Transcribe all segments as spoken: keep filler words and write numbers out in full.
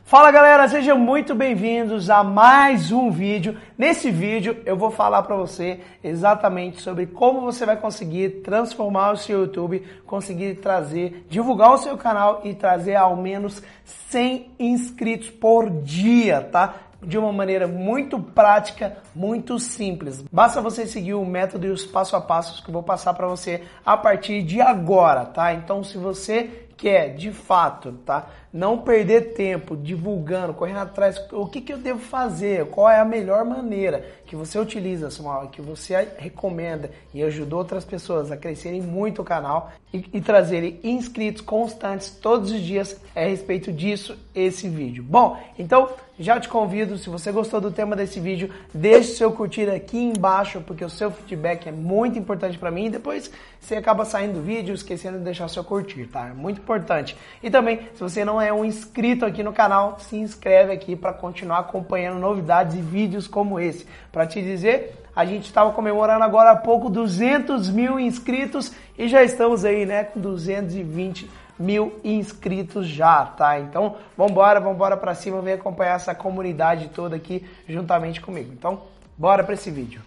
Fala galera, sejam muito bem-vindos a mais um vídeo. Nesse vídeo eu vou falar para você exatamente sobre como você vai conseguir transformar o seu YouTube, conseguir trazer, divulgar o seu canal e trazer ao menos cem inscritos por dia, tá? De uma maneira muito prática, muito simples. Basta você seguir o método e os passo a passos que eu vou passar para você a partir de agora, tá? Então, se você quer, de fato, tá, não perder tempo divulgando, correndo atrás, o que, que eu devo fazer, qual é a melhor maneira que você utiliza, Samuel, que você recomenda e ajuda outras pessoas a crescerem muito o canal e, e trazerem inscritos constantes todos os dias, é a respeito disso esse vídeo. Bom, então já te convido, se você gostou do tema desse vídeo, deixe seu curtir aqui embaixo, porque o seu feedback é muito importante para mim e depois você acaba saindo do vídeo esquecendo de deixar seu curtir, tá? É muito importante. E também, se você não é um inscrito aqui no canal, se inscreve aqui para continuar acompanhando novidades e vídeos como esse. Para te dizer, a gente estava comemorando agora há pouco duzentos mil inscritos e já estamos aí, né, com duzentos e vinte mil inscritos já, tá? Então, vambora, vambora pra cima, vem acompanhar essa comunidade toda aqui juntamente comigo. Então, bora pra esse vídeo.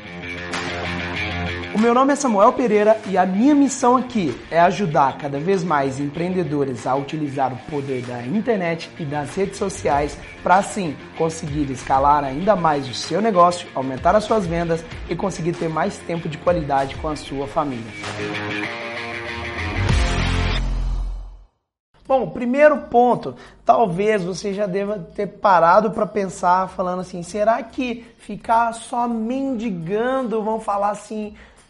O meu nome é Samuel Pereira e a minha missão aqui é ajudar cada vez mais empreendedores a utilizar o poder da internet e das redes sociais para assim conseguir escalar ainda mais o seu negócio, aumentar as suas vendas e conseguir ter mais tempo de qualidade com a sua família. Bom, primeiro ponto, talvez você já deva ter parado para pensar, falando assim, será que ficar só mendigando, vamos falar assim,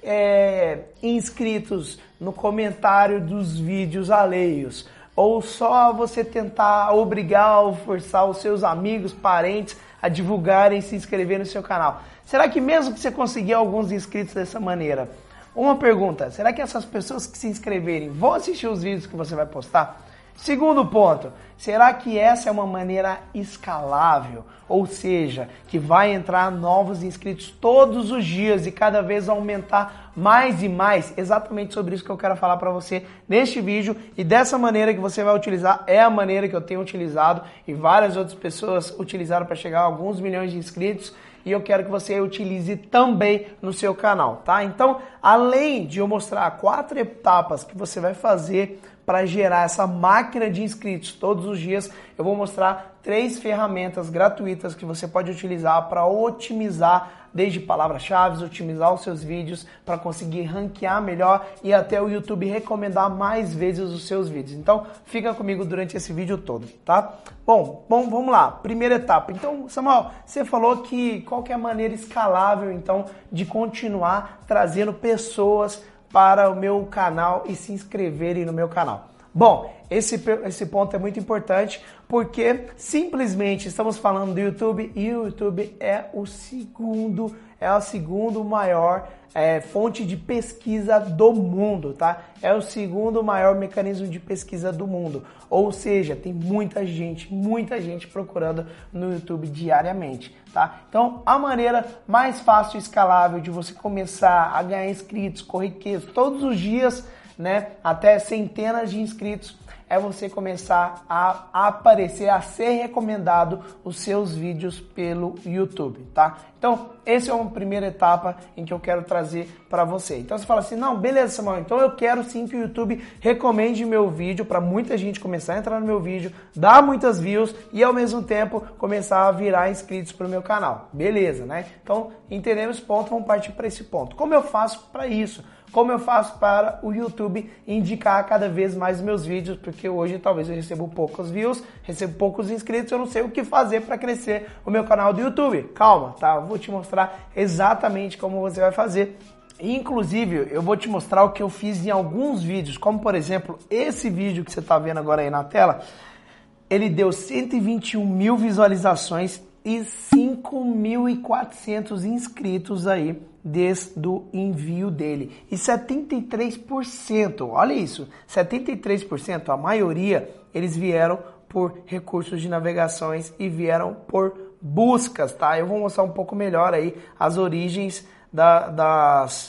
é, inscritos no comentário dos vídeos alheios, ou só você tentar obrigar ou forçar os seus amigos, parentes a divulgarem e se inscrever no seu canal? Será que mesmo que você conseguir alguns inscritos dessa maneira, uma pergunta, será que essas pessoas que se inscreverem vão assistir os vídeos que você vai postar? Segundo ponto, será que essa é uma maneira escalável? Ou seja, que vai entrar novos inscritos todos os dias e cada vez aumentar mais e mais? Exatamente sobre isso que eu quero falar para você neste vídeo. E dessa maneira que você vai utilizar é a maneira que eu tenho utilizado e várias outras pessoas utilizaram para chegar a alguns milhões de inscritos. E eu quero que você utilize também no seu canal, tá? Então, além de eu mostrar quatro etapas que você vai fazer para gerar essa máquina de inscritos todos os dias, eu vou mostrar três ferramentas gratuitas que você pode utilizar para otimizar desde palavras-chave, otimizar os seus vídeos para conseguir ranquear melhor e até o YouTube recomendar mais vezes os seus vídeos. Então, fica comigo durante esse vídeo todo, tá? Bom, bom, vamos lá. Primeira etapa. Então, Samuel, você falou que qual que é a maneira escalável, então, de continuar trazendo pessoas para o meu canal e se inscreverem no meu canal. Bom, esse, esse ponto é muito importante porque simplesmente estamos falando do YouTube e o YouTube é o segundo, é a segundo maior é, fonte de pesquisa do mundo, tá? É o segundo maior mecanismo de pesquisa do mundo. Ou seja, tem muita gente, muita gente procurando no YouTube diariamente, tá? Então, a maneira mais fácil e escalável de você começar a ganhar inscritos corriqueiros todos os dias, né, até centenas de inscritos, é você começar a aparecer, a ser recomendado os seus vídeos pelo YouTube, tá? Então, essa é uma primeira etapa em que eu quero trazer para você. Então, você fala assim, não, beleza, Samuel, então eu quero sim que o YouTube recomende meu vídeo para muita gente começar a entrar no meu vídeo, dar muitas views e, ao mesmo tempo, começar a virar inscritos para o meu canal. Beleza, né? Então, entendemos esse ponto, vamos partir para esse ponto. Como eu faço para isso? Como eu faço para o YouTube indicar cada vez mais meus vídeos, porque hoje talvez eu recebo poucos views, recebo poucos inscritos, eu não sei o que fazer para crescer o meu canal do YouTube. Calma, tá? Eu vou te mostrar exatamente como você vai fazer. Inclusive, eu vou te mostrar o que eu fiz em alguns vídeos, como por exemplo, esse vídeo que você está vendo agora aí na tela, ele deu cento e vinte e um mil visualizações e cinco mil e quatrocentos inscritos aí desde o envio dele. E setenta e três por cento, olha isso, setenta e três por cento, a maioria, eles vieram por recursos de navegações e vieram por buscas, tá? Eu vou mostrar um pouco melhor aí as origens da, das,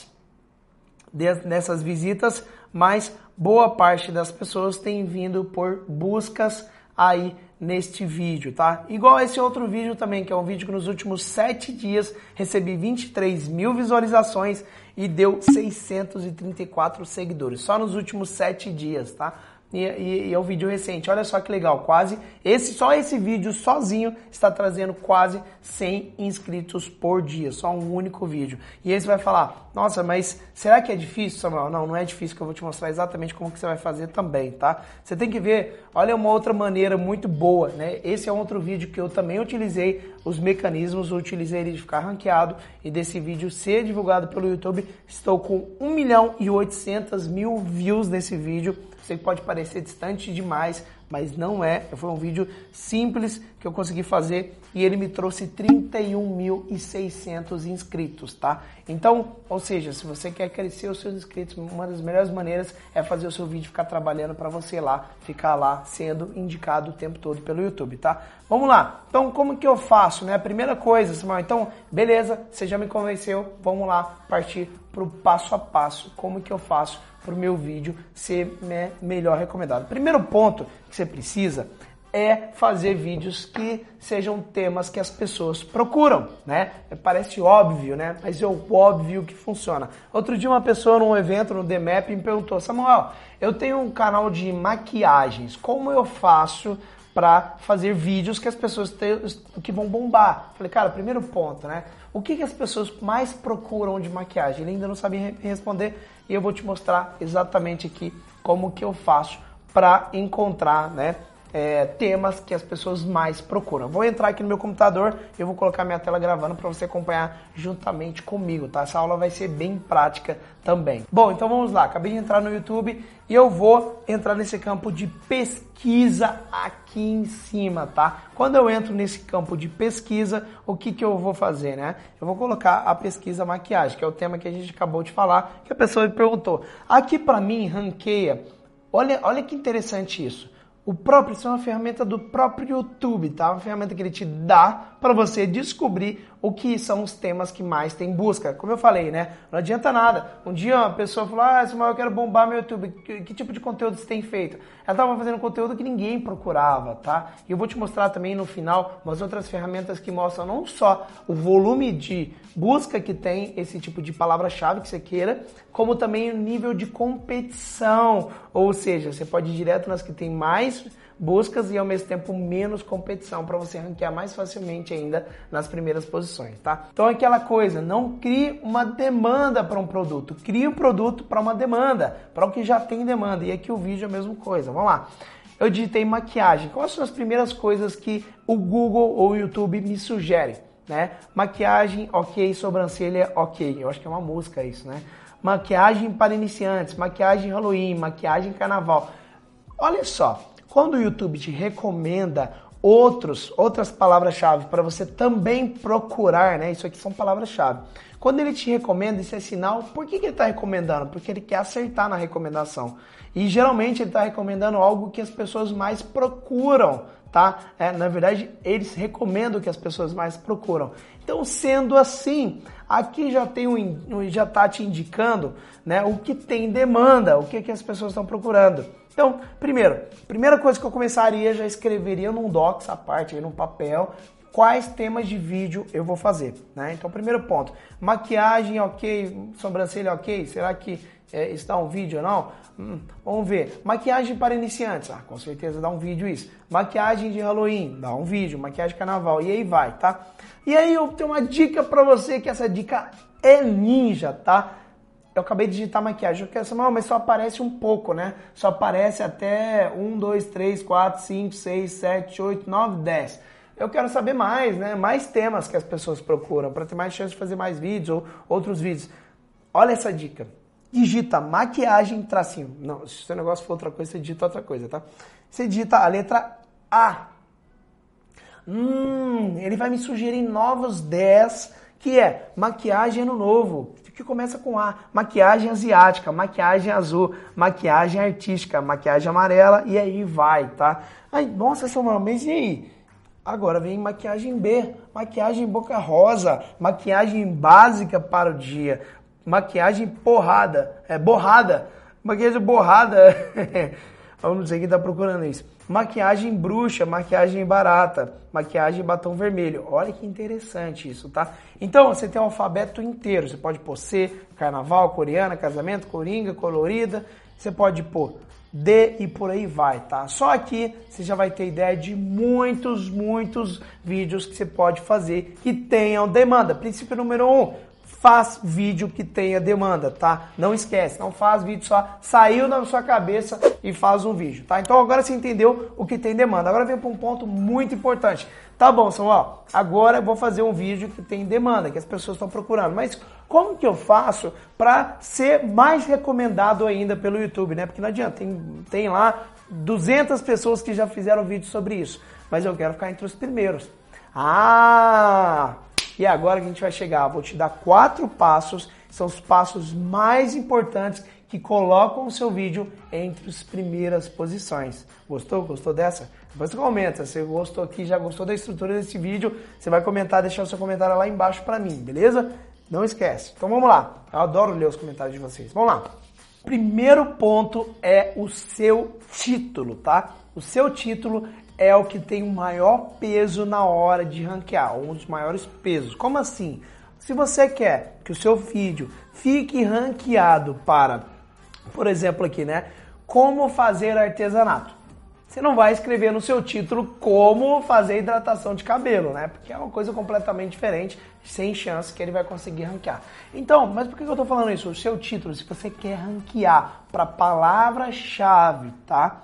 dessas visitas, mas boa parte das pessoas tem vindo por buscas aí neste vídeo, tá? Igual esse outro vídeo também, que é um vídeo que nos últimos sete dias recebi vinte e três mil visualizações e deu seiscentos e trinta e quatro seguidores, só nos últimos sete dias, tá? E, e, e é um vídeo recente, olha só que legal, quase, esse, só esse vídeo sozinho está trazendo quase cem inscritos por dia, só um único vídeo. E aí você vai falar, nossa, mas será que é difícil, Samuel? Não, não é difícil, que eu vou te mostrar exatamente como que você vai fazer também, tá? Você tem que ver, olha uma outra maneira muito boa, né? Esse é outro vídeo que eu também utilizei os mecanismos, eu utilizei ele de ficar ranqueado e desse vídeo ser divulgado pelo YouTube. Estou com um milhão e oitocentos mil views nesse vídeo. Sei que pode parecer distante demais, mas não é. Foi um vídeo simples que eu consegui fazer e ele me trouxe trinta e um mil e seiscentos inscritos, tá? Então, ou seja, se você quer crescer os seus inscritos, uma das melhores maneiras é fazer o seu vídeo ficar trabalhando para você lá, ficar lá sendo indicado o tempo todo pelo YouTube, tá? Vamos lá. Então, como que eu faço, né? A primeira coisa, Samuel, então, beleza, você já me convenceu, vamos lá partir pro passo a passo, como que eu faço para o meu vídeo ser né, melhor recomendado. Primeiro ponto que você precisa é fazer vídeos que sejam temas que as pessoas procuram, né? Parece óbvio, né? Mas é o óbvio que funciona. Outro dia uma pessoa num evento no The Map me perguntou, Samuel, eu tenho um canal de maquiagens, como eu faço para fazer vídeos que as pessoas te, que vão bombar? Falei, cara, primeiro ponto, né? O que, que as pessoas mais procuram de maquiagem? Ele ainda não sabe re- responder e eu vou te mostrar exatamente aqui como que eu faço para encontrar, né, é, temas que as pessoas mais procuram. Vou entrar aqui no meu computador e eu vou colocar minha tela gravando para você acompanhar juntamente comigo, tá? Essa aula vai ser bem prática também. Bom, então vamos lá. Acabei de entrar no YouTube e eu vou entrar nesse campo de pesquisa aqui em cima, tá? Quando eu entro nesse campo de pesquisa, o que que eu vou fazer, né? Eu vou colocar a pesquisa maquiagem, que é o tema que a gente acabou de falar, que a pessoa me perguntou. Aqui para mim, ranqueia. Olha, olha que interessante isso. O próprio, isso é uma ferramenta do próprio YouTube, tá? Uma ferramenta que ele te dá para você descobrir o que são os temas que mais tem busca. Como eu falei, né? Não adianta nada. Um dia uma pessoa falou, ah, Samuel, eu quero bombar meu YouTube. Que, que tipo de conteúdo você tem feito? Ela estava fazendo conteúdo que ninguém procurava, tá? E eu vou te mostrar também no final umas outras ferramentas que mostram não só o volume de busca que tem esse tipo de palavra-chave que você queira, como também o nível de competição. Ou seja, você pode ir direto nas que tem mais buscas e ao mesmo tempo menos competição para você ranquear mais facilmente ainda nas primeiras posições, tá? Então é aquela coisa, não crie uma demanda para um produto, crie um produto para uma demanda, para o que já tem demanda. E aqui o vídeo é a mesma coisa. Vamos lá. Eu digitei maquiagem. Quais são as primeiras coisas que o Google ou o YouTube me sugerem, né? Maquiagem, ok, sobrancelha, ok. Eu acho que é uma música isso, né? Maquiagem para iniciantes, maquiagem Halloween, maquiagem carnaval. Olha só, quando o YouTube te recomenda outros, outras palavras-chave para você também procurar, né? Isso aqui são palavras-chave. Quando ele te recomenda, isso é sinal. Por que, que ele está recomendando? Porque ele quer acertar na recomendação. E geralmente ele está recomendando algo que as pessoas mais procuram, tá? É, na verdade, eles recomendam que as pessoas mais procuram. Então, sendo assim, aqui já tem um, já está te indicando, né, o que tem demanda, o que, que as pessoas estão procurando. Então, primeiro, primeira coisa que eu começaria, já escreveria num docs, a parte aí, num papel, quais temas de vídeo eu vou fazer, né? Então, primeiro ponto, maquiagem, ok, sobrancelha, ok, será que é, está um vídeo ou não? Hum, vamos ver. Maquiagem para iniciantes, ah, com certeza dá um vídeo isso. Maquiagem de Halloween, dá um vídeo. Maquiagem de carnaval, e aí vai, tá? E aí eu tenho uma dica para você, que essa dica é ninja, tá? Eu acabei de digitar maquiagem, eu quero saber, mas só aparece um pouco, né? Só aparece até um, dois, três, quatro, cinco, seis, sete, oito, nove, dez. Eu quero saber mais, né? Mais temas que as pessoas procuram, para ter mais chance de fazer mais vídeos ou outros vídeos. Olha essa dica. Digita maquiagem, tracinho. Não, se o seu negócio for outra coisa, você digita outra coisa, tá? Você digita a letra A. Hum, ele vai me sugerir novos dez, que é maquiagem ano novo, que começa com A, maquiagem asiática, maquiagem azul, maquiagem artística, maquiagem amarela, e aí vai, tá? Ai, nossa, Samuel, mas e aí? Agora vem maquiagem B, maquiagem boca rosa, maquiagem básica para o dia, maquiagem porrada, é borrada, maquiagem borrada, Vamos dizer que está procurando isso. Maquiagem bruxa, maquiagem barata, maquiagem batom vermelho. Olha que interessante isso, tá? Então, você tem o alfabeto inteiro. Você pode pôr C, carnaval, coreana, casamento, coringa, colorida. Você pode pôr D e por aí vai, tá? Só aqui você já vai ter ideia de muitos, muitos vídeos que você pode fazer que tenham demanda. Princípio número um, faz vídeo que tenha demanda, tá? Não esquece, não faz vídeo só, saiu na sua cabeça e faz um vídeo, tá? Então agora você entendeu o que tem demanda. Agora vem para um ponto muito importante. Tá bom, Samuel, agora eu vou fazer um vídeo que tem demanda, que as pessoas estão procurando. Mas como que eu faço para ser mais recomendado ainda pelo YouTube, né? Porque não adianta, tem, tem lá duzentas pessoas que já fizeram vídeo sobre isso. Mas eu quero ficar entre os primeiros. Ah! E agora que a gente vai chegar, vou te dar quatro passos, são os passos mais importantes que colocam o seu vídeo entre as primeiras posições. Gostou? Gostou dessa? Depois você comenta, se gostou aqui, já gostou da estrutura desse vídeo, você vai comentar, deixar o seu comentário lá embaixo pra mim, beleza? Não esquece. Então vamos lá, eu adoro ler os comentários de vocês. Vamos lá. Primeiro ponto é o seu título, tá? O seu título é o que tem o maior peso na hora de ranquear, um dos maiores pesos. Como assim? Se você quer que o seu vídeo fique ranqueado para, por exemplo aqui, né? Como fazer artesanato. Você não vai escrever no seu título como fazer hidratação de cabelo, né? Porque é uma coisa completamente diferente, sem chance que ele vai conseguir ranquear. Então, mas por que eu tô falando isso? O seu título, se você quer ranquear para palavra-chave, tá?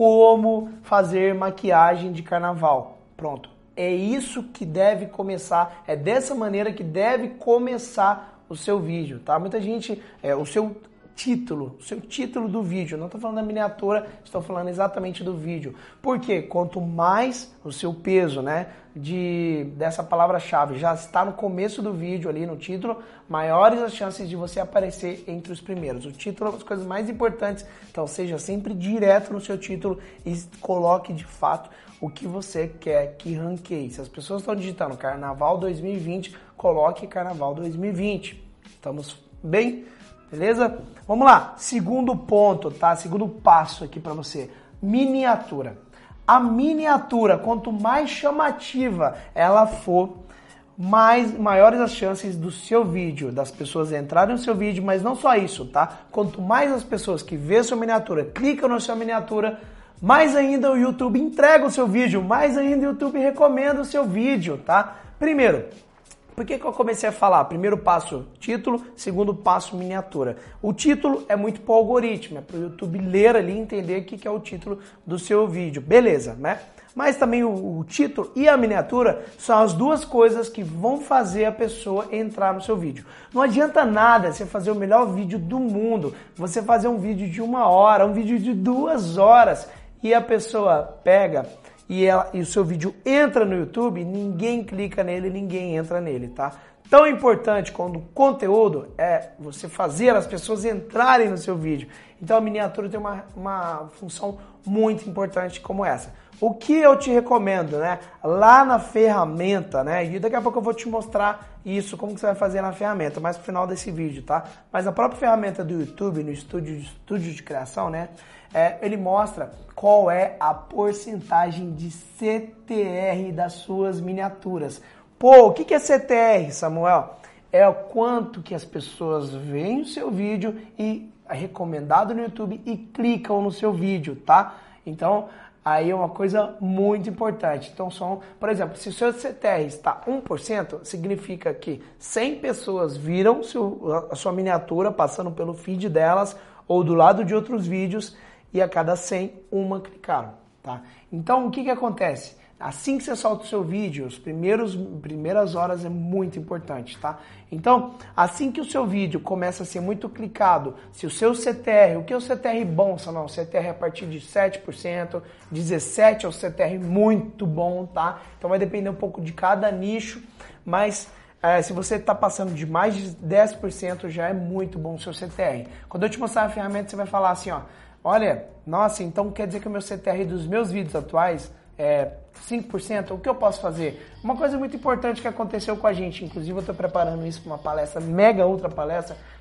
Como fazer maquiagem de carnaval. Pronto. É isso que deve começar, é dessa maneira que deve começar o seu vídeo, tá? Muita gente, é, o seu título, o seu título do vídeo, não estou falando da miniatura, estou falando exatamente do vídeo. Porque quanto mais o seu peso, né, de, dessa palavra-chave já está no começo do vídeo ali no título, maiores as chances de você aparecer entre os primeiros. O título é uma das coisas mais importantes, então seja sempre direto no seu título e coloque de fato o que você quer que ranqueie. Se as pessoas estão digitando Carnaval dois mil e vinte, coloque Carnaval dois mil e vinte. Estamos bem? Beleza? Vamos lá. Segundo ponto, tá? Segundo passo aqui para você. Miniatura. A miniatura, quanto mais chamativa ela for, mais, maiores as chances do seu vídeo, das pessoas entrarem no seu vídeo, mas não só isso, tá? Quanto mais as pessoas que vê sua miniatura, clicam na sua miniatura, mais ainda o YouTube entrega o seu vídeo, mais ainda o YouTube recomenda o seu vídeo, tá? Primeiro, por que que eu comecei a falar? Primeiro passo, título. Segundo passo, miniatura. O título é muito pro algoritmo, é pro YouTube ler ali e entender o que que é o título do seu vídeo. Beleza, né? Mas também o, o título e a miniatura são as duas coisas que vão fazer a pessoa entrar no seu vídeo. Não adianta nada você fazer o melhor vídeo do mundo, você fazer um vídeo de uma hora, um vídeo de duas horas e a pessoa pega e, ela, e o seu vídeo entra no YouTube, ninguém clica nele, ninguém entra nele, tá? Tão importante quando o conteúdo é você fazer as pessoas entrarem no seu vídeo. Então a miniatura tem uma, uma função muito importante como essa. O que eu te recomendo, né? Lá na ferramenta, né? E daqui a pouco eu vou te mostrar isso, como que você vai fazer na ferramenta, mais pro final desse vídeo, tá? Mas a própria ferramenta do YouTube, no estúdio, estúdio de criação, né? É, ele mostra qual é a porcentagem de C T R das suas miniaturas. Pô, o que é C T R, Samuel? É o quanto que as pessoas veem o seu vídeo e é recomendado no YouTube e clicam no seu vídeo, tá? Então, aí é uma coisa muito importante. Então, são, por exemplo, se o seu C T R está um por cento, significa que cem pessoas viram seu, a sua miniatura passando pelo feed delas ou do lado de outros vídeos e a cada cem, uma clicaram, tá? Então, o que que acontece? Assim que você solta o seu vídeo, as primeiros, primeiras horas é muito importante, tá? Então, assim que o seu vídeo começa a ser muito clicado, se o seu C T R, o que é o C T R bom, Samuel? O C T R é a partir de sete por cento, dezessete por cento é o C T R muito bom, tá? Então vai depender um pouco de cada nicho, mas é, se você está passando de mais de dez por cento já é muito bom o seu C T R. Quando eu te mostrar a ferramenta, você vai falar assim, ó, olha, nossa, então quer dizer que o meu C T R dos meus vídeos atuais é cinco por cento, o que eu posso fazer? Uma coisa muito importante que aconteceu com a gente, inclusive eu estou preparando isso para uma palestra, mega ultra palestra,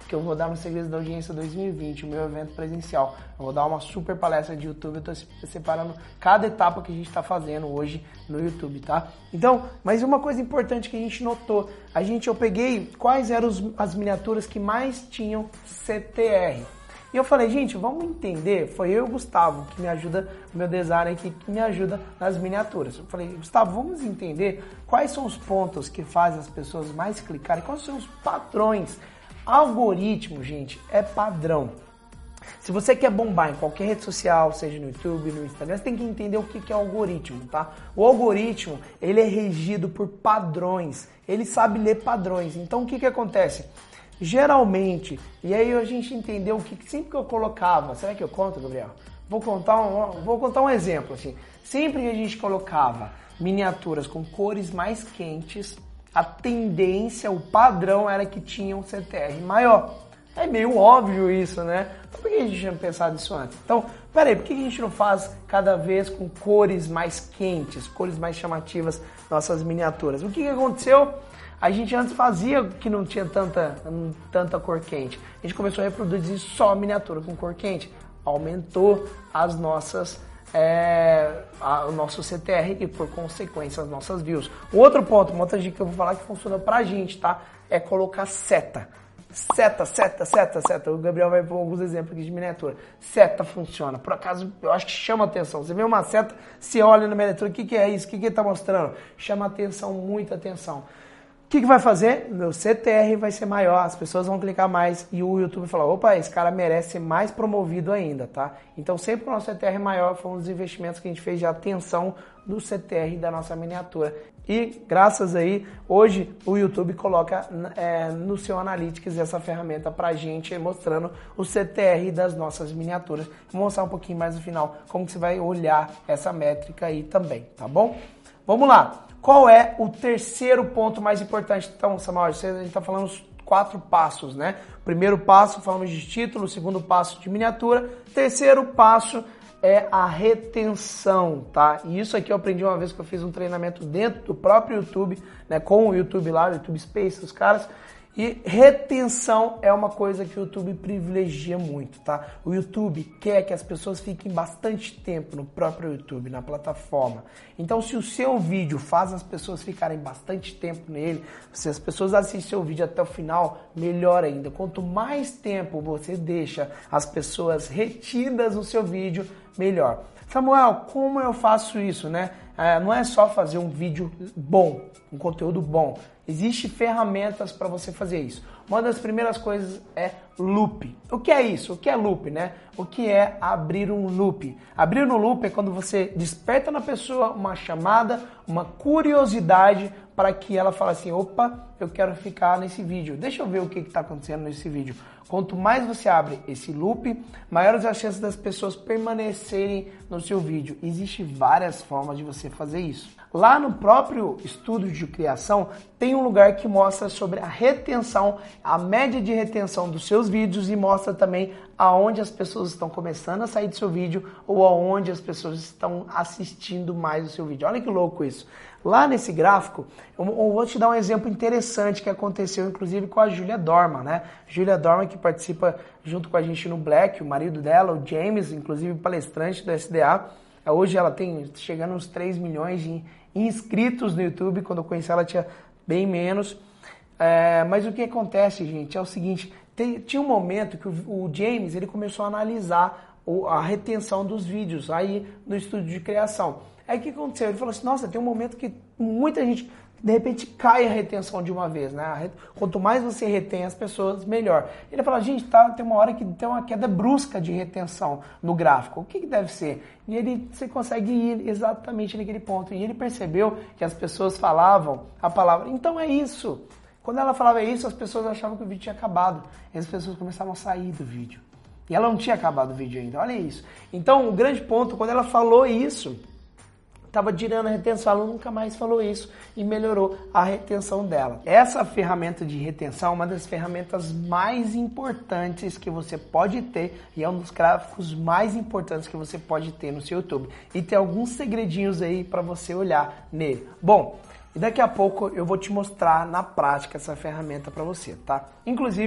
que eu vou dar no Segredos da Audiência dois mil e vinte, o meu evento presencial. Eu vou dar uma super palestra de YouTube, eu estou separando cada etapa que a gente está fazendo hoje no YouTube, tá? Então, mas uma coisa importante que a gente notou, a gente, eu peguei quais eram os, as miniaturas que mais tinham C T R. E eu falei, gente, vamos entender, foi eu e o Gustavo que me ajuda, o meu designer aqui, que me ajuda nas miniaturas. Eu falei, Gustavo, vamos entender quais são os pontos que fazem as pessoas mais clicarem, quais são os padrões. Algoritmo, gente, é padrão. Se você quer bombar em qualquer rede social, seja no YouTube, no Instagram, você tem que entender o que é algoritmo, tá? O algoritmo, ele é regido por padrões, ele sabe ler padrões. Então, o que que acontece? Geralmente, e aí a gente entendeu o que sempre que eu colocava, será que eu conto, Gabriel? Vou contar um, vou contar um exemplo, assim. Sempre que a gente colocava miniaturas com cores mais quentes, a tendência, o padrão era que tinha um C T R maior. É meio óbvio isso, né? Então, por que a gente tinha pensado nisso antes? Então, peraí, por que a gente não faz cada vez com cores mais quentes, cores mais chamativas nossas miniaturas? O que, que aconteceu? A gente antes fazia que não tinha tanta, tanta cor quente. A gente começou a reproduzir só miniatura com cor quente. Aumentou as nossas, é, a, o nosso C T R e, por consequência, as nossas views. O outro ponto, uma outra dica que eu vou falar que funciona pra gente, tá? É colocar seta. Seta, seta, seta, seta. O Gabriel vai pôr alguns exemplos aqui de miniatura. Seta funciona. Por acaso, eu acho que chama atenção. Você vê uma seta, você olha na miniatura, o que, que é isso? O que, que ele tá mostrando? Chama atenção, muita atenção. O que, que vai fazer? Meu C T R vai ser maior, as pessoas vão clicar mais e o YouTube fala, opa, esse cara merece ser mais promovido ainda, tá? Então sempre o nosso C T R maior foi um dos investimentos que a gente fez de atenção do C T R da nossa miniatura. E graças aí, hoje o YouTube coloca é, no seu Analytics essa ferramenta pra gente, mostrando o C T R das nossas miniaturas. Vou mostrar um pouquinho mais no final como que você vai olhar essa métrica aí também, tá bom? Vamos lá! Qual é o terceiro ponto mais importante? Então, Samuel, a gente está falando os quatro passos, né? Primeiro passo, falamos de título, segundo passo de miniatura, terceiro passo é a retenção, tá? E isso aqui eu aprendi uma vez que eu fiz um treinamento dentro do próprio YouTube, né? Com o YouTube lá, o YouTube Space, os caras. E retenção é uma coisa que o YouTube privilegia muito, tá? O YouTube quer que as pessoas fiquem bastante tempo no próprio YouTube, na plataforma. Então, se o seu vídeo faz as pessoas ficarem bastante tempo nele, se as pessoas assistem seu vídeo até o final, melhor ainda. Quanto mais tempo você deixa as pessoas retidas no seu vídeo, melhor. Samuel, como eu faço isso, né? É, não é só fazer um vídeo bom, um conteúdo bom. Existem ferramentas para você fazer isso. Uma das primeiras coisas é loop. O que é isso? O que é loop, né? O que é abrir um loop? Abrir um loop é quando você desperta na pessoa uma chamada, uma curiosidade para que ela fale assim, opa, eu quero ficar nesse vídeo. Deixa eu ver o que está acontecendo nesse vídeo. Quanto mais você abre esse loop, maiores as chances das pessoas permanecerem no seu vídeo. Existem várias formas de você fazer isso. Lá no próprio estúdio de criação, tem um lugar que mostra sobre a retenção, a média de retenção dos seus vídeos e mostra também aonde as pessoas estão começando a sair do seu vídeo ou aonde as pessoas estão assistindo mais o seu vídeo. Olha que louco isso. Lá nesse gráfico, eu vou te dar um exemplo interessante que aconteceu inclusive com a Júlia Dorman, né? Júlia Dorman que participa junto com a gente no Black, o marido dela, o James, inclusive palestrante do S D A. Hoje ela tem chegando uns três milhões de inscritos no YouTube, quando eu conheci ela tinha bem menos. É, mas o que acontece, gente, é o seguinte, tem, tinha um momento que o, o James ele começou a analisar o, a retenção dos vídeos aí no estúdio de criação. Aí o que aconteceu? Ele falou assim, nossa, tem um momento que muita gente, de repente, cai a retenção de uma vez, né? Quanto mais você retém as pessoas, melhor. Ele falou, gente, tá, tem uma hora que tem uma queda brusca de retenção no gráfico. O que, que deve ser? E ele, você consegue ir exatamente naquele ponto. E ele percebeu que as pessoas falavam a palavra, então é isso. Quando ela falava isso, as pessoas achavam que o vídeo tinha acabado. E as pessoas começavam a sair do vídeo. E ela não tinha acabado o vídeo ainda, olha isso. Então, o grande ponto, quando ela falou isso, estava tirando a retenção, ela nunca mais falou isso e melhorou a retenção dela. Essa ferramenta de retenção é uma das ferramentas mais importantes que você pode ter e é um dos gráficos mais importantes que você pode ter no seu YouTube. E tem alguns segredinhos aí para você olhar nele. Bom, e daqui a pouco eu vou te mostrar na prática essa ferramenta para você, tá? Inclusive,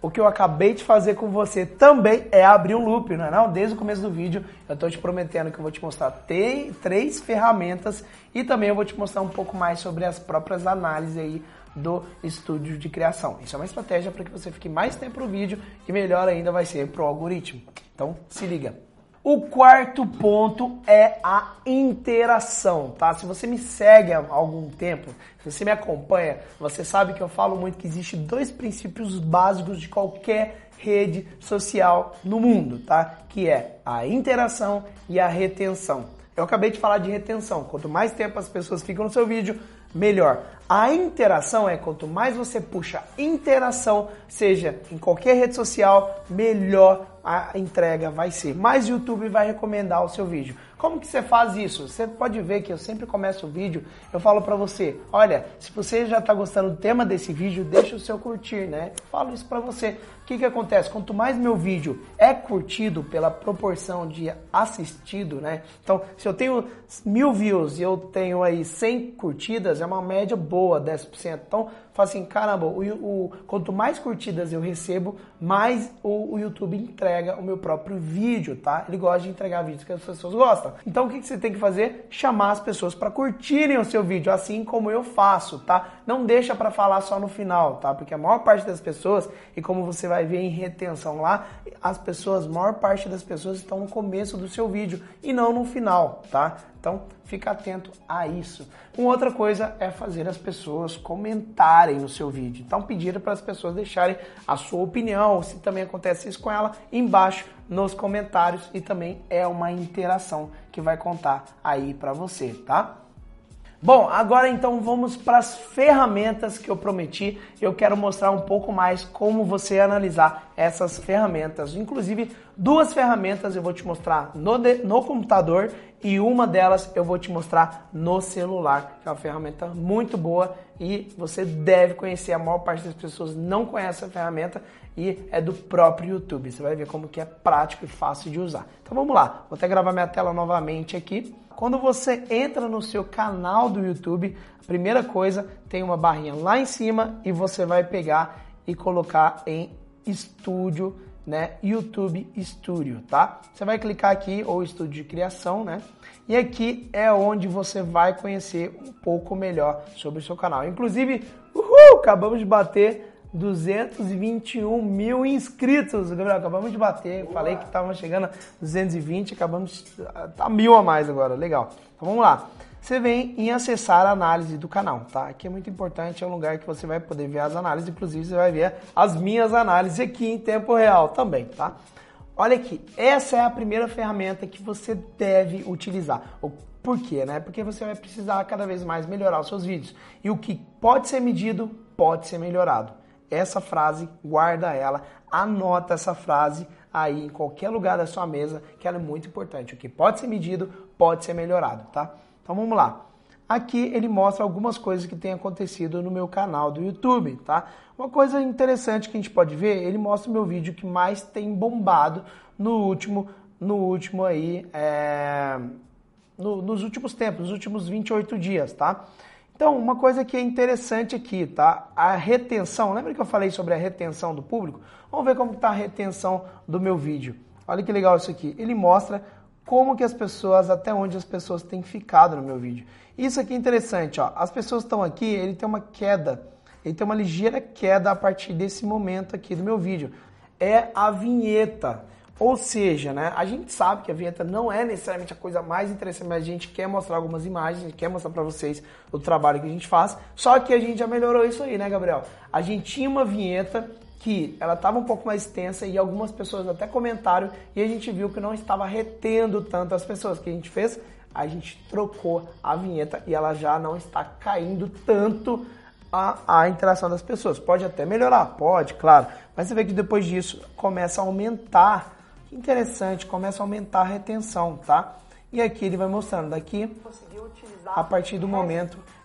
o que eu acabei de fazer com você também é abrir um loop, não é não? Desde o começo do vídeo eu estou te prometendo que eu vou te mostrar te- três ferramentas e também eu vou te mostrar um pouco mais sobre as próprias análises aí do estúdio de criação. Isso é uma estratégia para que você fique mais tempo no vídeo e melhor ainda vai ser pro algoritmo. Então se liga. O quarto ponto é a interação, tá? Se você me segue há algum tempo, se você me acompanha, você sabe que eu falo muito que existe dois princípios básicos de qualquer rede social no mundo, tá? Que é a interação e a retenção. Eu acabei de falar de retenção. Quanto mais tempo as pessoas ficam no seu vídeo, melhor. A interação é quanto mais você puxa interação, seja em qualquer rede social, melhor a entrega vai ser. Mais o YouTube vai recomendar o seu vídeo. Como que você faz isso? Você pode ver que eu sempre começo o vídeo, eu falo pra você, olha, se você já tá gostando do tema desse vídeo, deixa o seu curtir, né? Eu falo isso pra você. O que que acontece? Quanto mais meu vídeo é curtido pela proporção de assistido, né? Então, se eu tenho mil views e eu tenho aí cem curtidas, é uma média boa, dez por cento. Então, fala assim, caramba, o, o, quanto mais curtidas eu recebo, mais o, o YouTube entrega o meu próprio vídeo, tá? Ele gosta de entregar vídeos que as pessoas gostam. Então, o que, que você tem que fazer? Chamar as pessoas para curtirem o seu vídeo, assim como eu faço, tá? Não deixa para falar só no final, tá? Porque a maior parte das pessoas, e como você vai ver em retenção lá, as pessoas, a maior parte das pessoas estão no começo do seu vídeo e não no final, tá? Então, fica atento a isso. Uma outra coisa é fazer as pessoas comentarem no seu vídeo. Então, pedir para as pessoas deixarem a sua opinião, se também acontece isso com ela, embaixo nos comentários e também é uma interação que vai contar aí para você, tá? Bom, agora então vamos para as ferramentas que eu prometi. Eu quero mostrar um pouco mais como você analisar essas ferramentas. Inclusive, duas ferramentas eu vou te mostrar no, de, no computador e uma delas eu vou te mostrar no celular, que é uma ferramenta muito boa e você deve conhecer. A maior parte das pessoas não conhece essa ferramenta e é do próprio YouTube. Você vai ver como que é prático e fácil de usar. Então vamos lá, vou até gravar minha tela novamente aqui. Quando você entra no seu canal do YouTube, a primeira coisa, tem uma barrinha lá em cima e você vai pegar e colocar em Estúdio, né? YouTube Studio, tá? Você vai clicar aqui, ou Estúdio de Criação, né? E aqui é onde você vai conhecer um pouco melhor sobre o seu canal. Inclusive, uhul, acabamos de bater duzentos e vinte e um mil inscritos, Gabriel, acabamos de bater, eu falei que estava chegando a duzentos e vinte, acabamos, tá mil a mais agora, legal. Então vamos lá, você vem em acessar a análise do canal, tá? Aqui é muito importante, é um lugar que você vai poder ver as análises, inclusive você vai ver as minhas análises aqui em tempo real também, tá? Olha aqui, essa é a primeira ferramenta que você deve utilizar. Por quê, né? Porque você vai precisar cada vez mais melhorar os seus vídeos. E o que pode ser medido, pode ser melhorado. Essa frase, guarda ela, anota essa frase aí em qualquer lugar da sua mesa, que ela é muito importante. O que pode ser medido, pode ser melhorado, tá? Então vamos lá. Aqui ele mostra algumas coisas que têm acontecido no meu canal do YouTube, tá? Uma coisa interessante que a gente pode ver, ele mostra o meu vídeo que mais tem bombado no último, no último aí, é, no, nos últimos tempos, nos últimos vinte e oito dias, tá? Então, uma coisa que é interessante aqui, tá? A retenção, lembra que eu falei sobre a retenção do público? Vamos ver como está a retenção do meu vídeo. Olha que legal isso aqui. Ele mostra como que as pessoas, até onde as pessoas têm ficado no meu vídeo. Isso aqui é interessante, ó. As pessoas estão aqui, ele tem uma queda, ele tem uma ligeira queda a partir desse momento aqui do meu vídeo. É a vinheta. Ou seja, né, a gente sabe que a vinheta não é necessariamente a coisa mais interessante, mas a gente quer mostrar algumas imagens, a gente quer mostrar para vocês o trabalho que a gente faz, só que a gente já melhorou isso aí, né, Gabriel? A gente tinha uma vinheta que ela estava um pouco mais extensa e algumas pessoas até comentaram e a gente viu que não estava retendo tanto as pessoas. O que a gente fez? A gente trocou a vinheta e ela já não está caindo tanto a, a interação das pessoas. Pode até melhorar, pode, claro, mas você vê que depois disso começa a aumentar. Interessante, começa a aumentar a retenção, tá? E aqui ele vai mostrando, daqui, a partir do momento,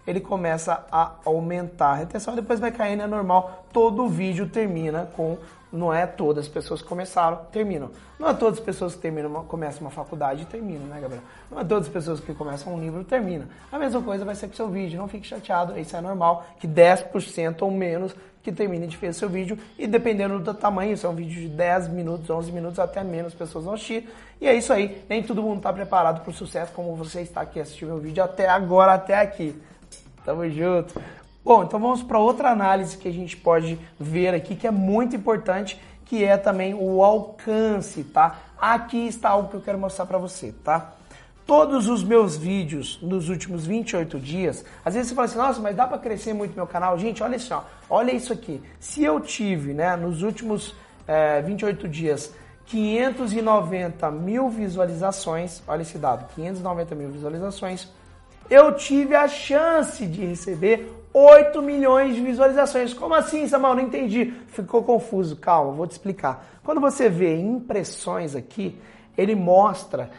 ele começa a aumentar. A retenção depois vai caindo, é normal. Todo vídeo termina com... Não é todas as pessoas que começaram, terminam. Não é todas as pessoas que terminam, começam uma faculdade e terminam, né, Gabriel? Não é todas as pessoas que começam um livro terminam. A mesma coisa vai ser com o seu vídeo, não fique chateado, isso é normal, que dez por cento ou menos que termine de fazer seu vídeo, e dependendo do tamanho, se é um vídeo de dez minutos, onze minutos, até menos pessoas vão assistir. E é isso aí, nem todo mundo está preparado para o sucesso como você está aqui assistindo meu vídeo até agora, até aqui. Tamo junto. Bom, então vamos para outra análise que a gente pode ver aqui, que é muito importante, que é também o alcance, tá? Aqui está algo que eu quero mostrar para você, tá? Todos os meus vídeos nos últimos vinte e oito dias, às vezes você fala assim, nossa, mas dá para crescer muito meu canal? Gente, olha só, olha isso aqui. Se eu tive, né, nos últimos é, vinte e oito dias, quinhentos e noventa mil visualizações, olha esse dado, quinhentos e noventa mil visualizações, eu tive a chance de receber oito milhões de visualizações. Como assim, Samuel? Não entendi. Ficou confuso. Calma, vou te explicar. Quando você vê impressões aqui, ele mostra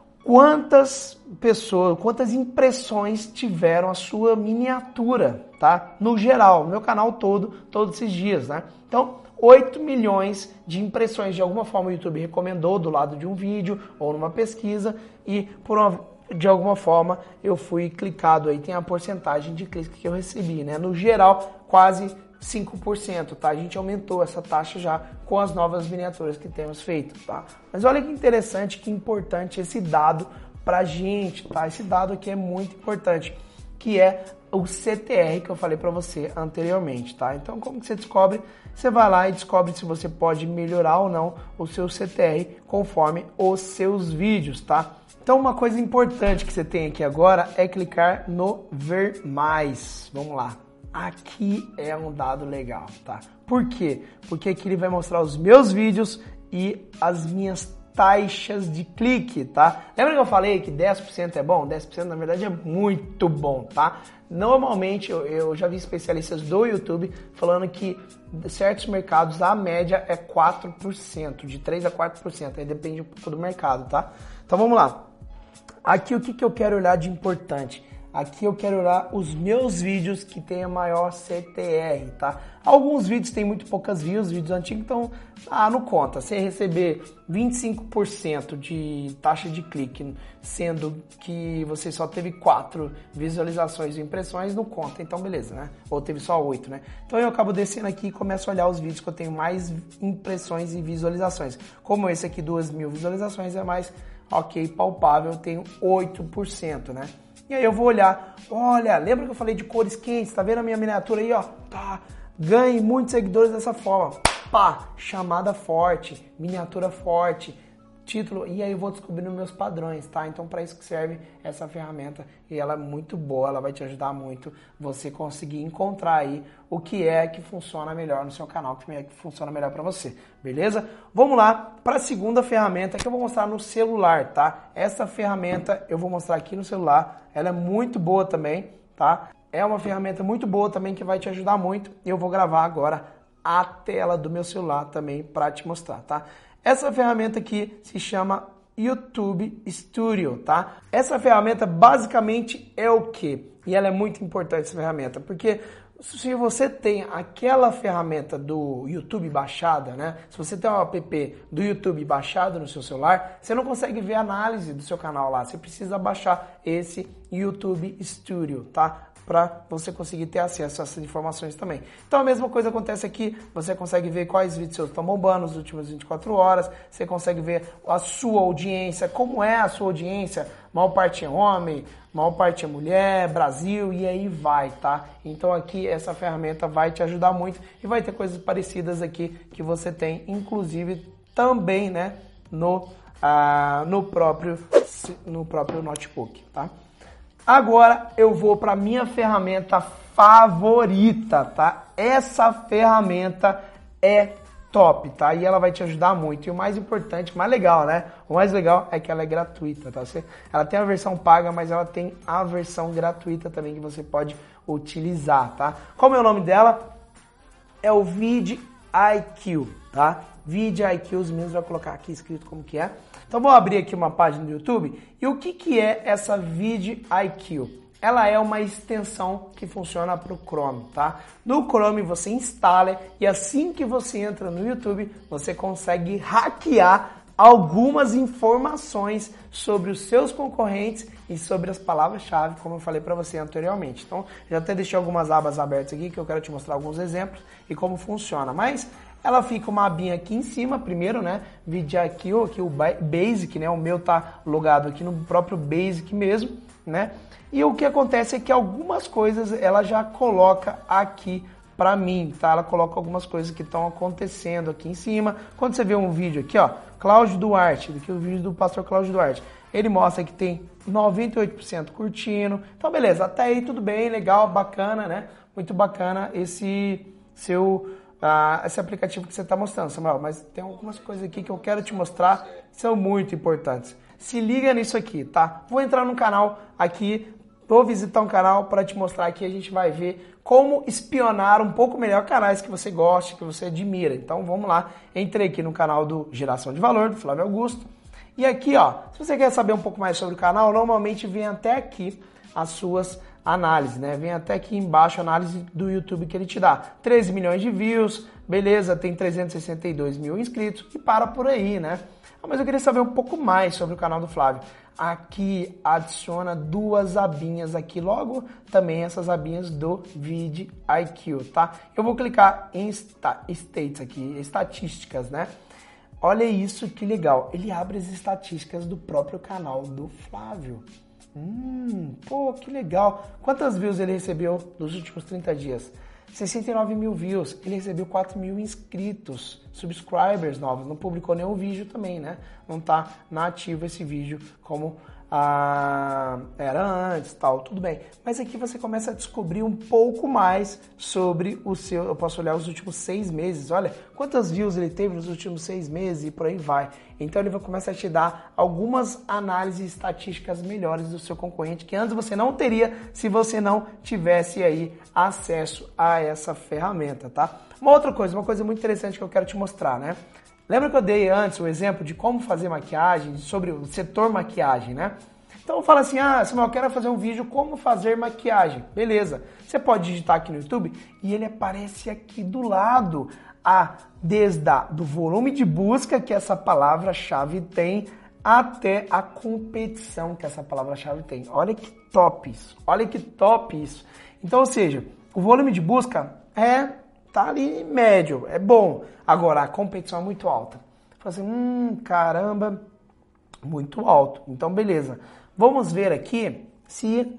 quantas pessoas, quantas impressões tiveram a sua miniatura, tá? No geral, no meu canal todo, todos esses dias, né? Então, oito milhões de impressões. De alguma forma o YouTube recomendou do lado de um vídeo ou numa pesquisa e por uma... de alguma forma eu fui clicado aí, tem a porcentagem de cliques que eu recebi, né? No geral, quase cinco por cento, tá? A gente aumentou essa taxa já com as novas miniaturas que temos feito, tá? Mas olha que interessante, que importante esse dado pra gente, tá? Esse dado aqui é muito importante, que é o C T R que eu falei pra você anteriormente, tá? Então, como que você descobre? Você vai lá e descobre se você pode melhorar ou não o seu C T R conforme os seus vídeos, tá? Então, uma coisa importante que você tem aqui agora é clicar no Ver Mais. Vamos lá. Aqui é um dado legal, tá? Por quê? Porque aqui ele vai mostrar os meus vídeos e as minhas taxas de clique, tá? Lembra que eu falei que dez por cento é bom? dez por cento na verdade é muito bom, tá? Normalmente, eu, eu já vi especialistas do YouTube falando que certos mercados, a média é quatro por cento, de três a quatro por cento, aí depende um pouco do mercado, tá? Então vamos lá. Aqui o que, que eu quero olhar de importante? Aqui eu quero olhar os meus vídeos que tem a maior C T R, tá? Alguns vídeos têm muito poucas views, vídeos antigos, então, ah, não conta. Você receber vinte e cinco por cento de taxa de clique, sendo que você só teve quatro visualizações e impressões, não conta, então beleza, né? Ou teve só oito, né? Então eu acabo descendo aqui e começo a olhar os vídeos que eu tenho mais impressões e visualizações. Como esse aqui, duas mil visualizações, é mais... ok, palpável, eu tenho oito por cento, né? E aí eu vou olhar, olha, lembra que eu falei de cores quentes? Tá vendo a minha miniatura aí, ó? Tá, ganhe muitos seguidores dessa forma. Pá, chamada forte, miniatura forte, título, e aí eu vou descobrindo meus padrões, tá? Então para isso que serve essa ferramenta e ela é muito boa, ela vai te ajudar muito você conseguir encontrar aí o que é que funciona melhor no seu canal, o que é que funciona melhor para você, beleza? Vamos lá para a segunda ferramenta que eu vou mostrar no celular, tá? Essa ferramenta eu vou mostrar aqui no celular, ela é muito boa também, tá? É uma ferramenta muito boa também que vai te ajudar muito e eu vou gravar agora a tela do meu celular também para te mostrar, tá? Essa ferramenta aqui se chama YouTube Studio, tá? Essa ferramenta basicamente é o quê? E ela é muito importante, essa ferramenta, porque se você tem aquela ferramenta do YouTube baixada, né? Se você tem um app do YouTube baixado no seu celular, você não consegue ver a análise do seu canal lá. Você precisa baixar esse YouTube Studio, tá? Para você conseguir ter acesso a essas informações também. Então a mesma coisa acontece aqui, você consegue ver quais vídeos seus estão bombando nas últimas vinte e quatro horas, você consegue ver a sua audiência, como é a sua audiência, maior parte é homem, maior parte é mulher, Brasil, e aí vai, tá? Então aqui essa ferramenta vai te ajudar muito e vai ter coisas parecidas aqui que você tem, inclusive também, né, no, ah, no, próprio, no próprio notebook, tá? Agora eu vou para minha ferramenta favorita, tá? Essa ferramenta é top, tá? E ela vai te ajudar muito. E o mais importante, o mais legal, né? O mais legal é que ela é gratuita, tá? Ela tem a versão paga, mas ela tem a versão gratuita também que você pode utilizar, tá? Qual é o nome dela? É o vidIQ, tá? vidIQ, os meninos vão colocar aqui escrito como que é. Então vou abrir aqui uma página do YouTube. E o que que é essa vidIQ? ela é uma extensão que funciona para o Chrome, tá? No Chrome você instala e assim que você entra no YouTube, você consegue hackear algumas informações sobre os seus concorrentes e sobre as palavras-chave, como eu falei para você anteriormente. Então, já até deixei algumas abas abertas aqui que eu quero te mostrar alguns exemplos e como funciona. Mas ela fica uma abinha aqui em cima, primeiro, né? VidIQ, aqui o Basic, né? O meu tá logado aqui no próprio Basic mesmo, né? E o que acontece é que algumas coisas ela já coloca aqui para mim, tá? Ela coloca algumas coisas que estão acontecendo aqui em cima. Quando você vê um vídeo aqui, ó, Cláudio Duarte, aqui o vídeo do pastor Cláudio Duarte, ele mostra que tem noventa e oito por cento curtindo. Então, beleza, até aí tudo bem, legal, bacana, né? Muito bacana esse seu uh, esse aplicativo que você está mostrando, Samuel. Mas tem algumas coisas aqui que eu quero te mostrar que são muito importantes. Se liga nisso aqui, tá? Vou entrar no canal aqui, vou visitar um canal para te mostrar aqui, a gente vai ver como espionar um pouco melhor canais que você gosta, que você admira. Então vamos lá, entrei aqui no canal do Geração de Valor, do Flávio Augusto. E aqui, ó, se você quer saber um pouco mais sobre o canal, normalmente vem até aqui as suas análises, né? Vem até aqui embaixo a análise do YouTube que ele te dá. treze milhões de views, beleza, tem trezentos e sessenta e dois mil inscritos e para por aí, né? Mas eu queria saber um pouco mais sobre o canal do Flávio. Aqui adiciona duas abinhas aqui, logo também essas abinhas do VidIQ, tá? Eu vou clicar em States aqui, estatísticas, né? Olha isso que legal, ele abre as estatísticas do próprio canal do Flávio. Hum, pô, que legal. Quantas views ele recebeu nos últimos trinta dias? sessenta e nove mil views, ele recebeu quatro mil inscritos, subscribers novos, não publicou nenhum vídeo também, né? Não tá na ativa esse vídeo como ah, era antes, tal, tudo bem. Mas aqui você começa a descobrir um pouco mais sobre o seu, eu posso olhar os últimos seis meses, olha quantas views ele teve nos últimos seis meses e por aí vai. Então ele vai começar a te dar algumas análises estatísticas melhores do seu concorrente que antes você não teria se você não tivesse aí acesso a essa ferramenta, tá? Uma outra coisa, uma coisa muito interessante que eu quero te mostrar, né? Lembra que eu dei antes o exemplo de como fazer maquiagem, sobre o setor maquiagem, né? Então fala assim, ah, Samuel, eu quero fazer um vídeo como fazer maquiagem. Beleza, você pode digitar aqui no YouTube e ele aparece aqui do lado, a, desde a, do volume de busca que essa palavra-chave tem até a competição que essa palavra-chave tem. Olha que top isso, olha que top isso. Então, ou seja, o volume de busca é... tá ali médio, é bom. Agora, a competição é muito alta. Fala assim, hum, caramba, muito alto. Então, beleza. Vamos ver aqui se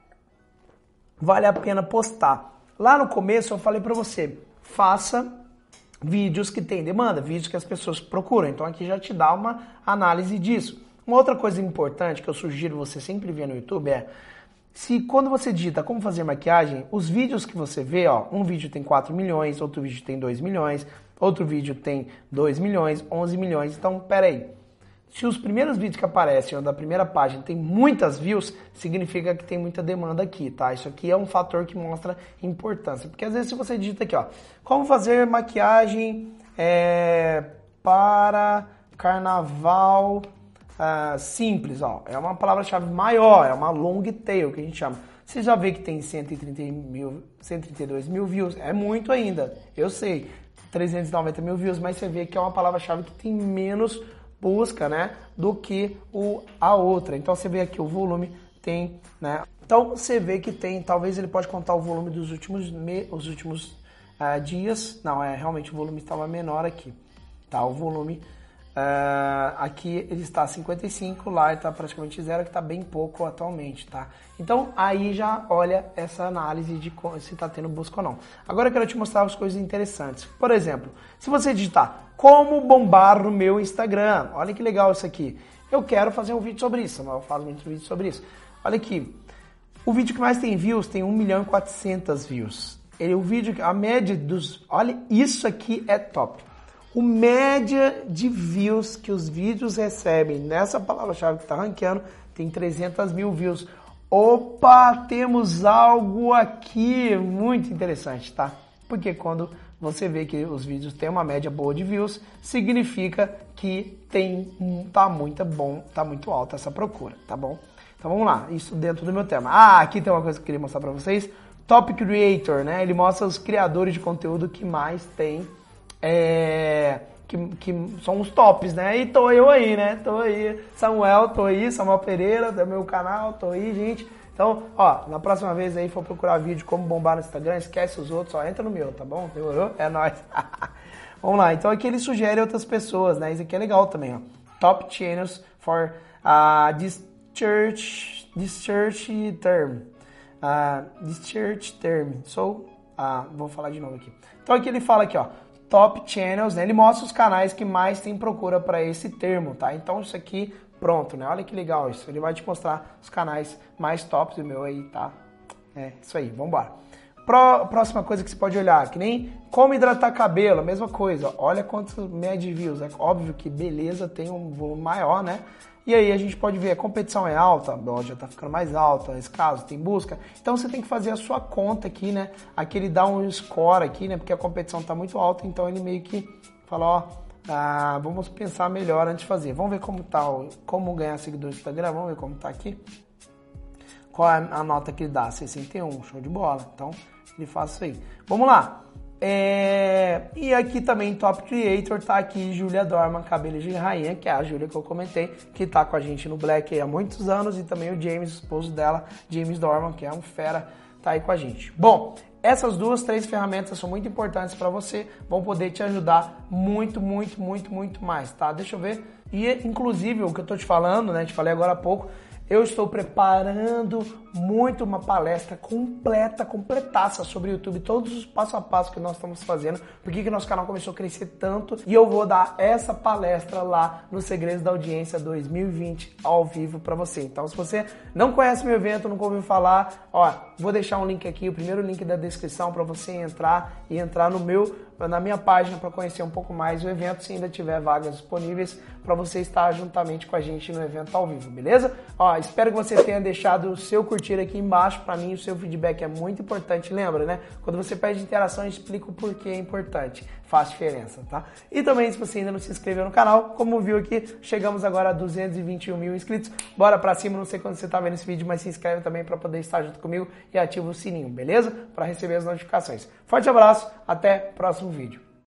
vale a pena postar. Lá no começo eu falei para você, faça vídeos que tem demanda, vídeos que as pessoas procuram. Então, aqui já te dá uma análise disso. Uma outra coisa importante que eu sugiro você sempre ver no YouTube é, se quando você digita como fazer maquiagem, os vídeos que você vê, ó, um vídeo tem quatro milhões, outro vídeo tem dois milhões, outro vídeo tem dois milhões, onze milhões. Então, pera aí. Se os primeiros vídeos que aparecem ou da primeira página tem muitas views, significa que tem muita demanda aqui, tá? Isso aqui é um fator que mostra importância. Porque às vezes se você digita aqui, ó, como fazer maquiagem é, para carnaval... Uh, simples, ó, é uma palavra-chave maior, é uma long tail que a gente chama. Você já vê que tem cento e trinta mil, cento e trinta e dois mil views, é muito ainda, eu sei, trezentos e noventa mil views, mas você vê que é uma palavra-chave que tem menos busca, né, do que o, a outra. Então você vê aqui o volume tem, né, então você vê que tem, talvez ele pode contar o volume dos últimos, me, os últimos uh, dias, não, é realmente o volume estava menor aqui, tá, o volume... Uh, aqui ele está cinquenta e cinco, lá ele está praticamente zero, que está bem pouco atualmente, tá? Então aí já olha essa análise de se está tendo busca ou não. Agora eu quero te mostrar as coisas interessantes. Por exemplo, se você digitar como bombar no meu Instagram, olha que legal isso aqui. Eu quero fazer um vídeo sobre isso, mas eu faço muito vídeo sobre isso. Olha aqui, o vídeo que mais tem views tem um milhão e quatrocentos views. Ele, o vídeo, a média dos... Olha, isso aqui é top. O média de views que os vídeos recebem nessa palavra-chave que está ranqueando tem trezentos mil views. Opa, temos algo aqui muito interessante, tá? Porque quando você vê que os vídeos têm uma média boa de views, significa que tem, tá muito bom, tá muito alta essa procura, tá bom? Então vamos lá, isso dentro do meu tema. Ah, aqui tem uma coisa que eu queria mostrar pra vocês. Top Creator, né? Ele mostra os criadores de conteúdo que mais tem, é, que, que são os tops, né? E tô eu aí, né? Tô aí, Samuel, tô aí, Samuel Pereira, do meu canal, tô aí, gente. Então, ó, na próxima vez aí for procurar vídeo como bombar no Instagram, esquece os outros, só entra no meu, tá bom? Demorou? É nóis. Vamos lá, então aqui ele sugere outras pessoas, né? Isso aqui é legal também, ó. Top channels for uh, this church, this church term. Uh, this church term. So, uh, vou falar de novo aqui. Então aqui ele fala aqui, ó, top channels, né? Ele mostra os canais que mais tem procura para esse termo, tá? Então isso aqui, pronto, né? Olha que legal isso. Ele vai te mostrar os canais mais tops do meu aí, tá? É, isso aí, vambora. Pró, próxima coisa que você pode olhar, que nem como hidratar cabelo, a mesma coisa. Olha quantos média views, é óbvio que beleza tem um volume maior, né? E aí a gente pode ver, a competição é alta, ó, já tá ficando mais alta, nesse caso, tem busca. Então você tem que fazer a sua conta aqui, né? Aqui ele dá um score aqui, né? Porque a competição tá muito alta, então ele meio que fala, ó, ah, vamos pensar melhor antes de fazer. Vamos ver como tá, como ganhar seguidores do Instagram, vamos ver como tá aqui. Qual é a nota que ele dá? sessenta e um, show de bola. Então, ele faz isso aí. Vamos lá. É... E aqui também, Top Creator, tá aqui Júlia Dorman, Cabelo de Rainha, que é a Júlia que eu comentei, que tá com a gente no Black aí há muitos anos, e também o James, esposo dela, James Dorman, que é um fera, tá aí com a gente. Bom, essas duas, três ferramentas são muito importantes para você, vão poder te ajudar muito, muito, muito, muito mais, tá? Deixa eu ver. E, inclusive, o que eu tô te falando, né, te falei agora há pouco, eu estou preparando muito uma palestra completa, completaça sobre o YouTube, todos os passo a passo que nós estamos fazendo, porque que nosso canal começou a crescer tanto, e eu vou dar essa palestra lá no Segredos da Audiência dois mil e vinte ao vivo para você. Então, se você não conhece meu evento, nunca ouviu falar, ó, vou deixar um link aqui, o primeiro link da descrição para você entrar e entrar no meu, na minha página para conhecer um pouco mais o evento, se ainda tiver vagas disponíveis para você estar juntamente com a gente no evento ao vivo, beleza? Ó, espero que você tenha deixado o seu curtir aqui embaixo, para mim o seu feedback é muito importante, lembra, né? Quando você pede interação, eu explico o porquê é importante, faz diferença, tá? E também, se você ainda não se inscreveu no canal, como viu aqui, chegamos agora a duzentos e vinte e um mil inscritos, bora pra cima, não sei quando você tá vendo esse vídeo, mas se inscreve também para poder estar junto comigo e ativa o sininho, beleza? Para receber as notificações. Forte abraço, até o próximo vídeo.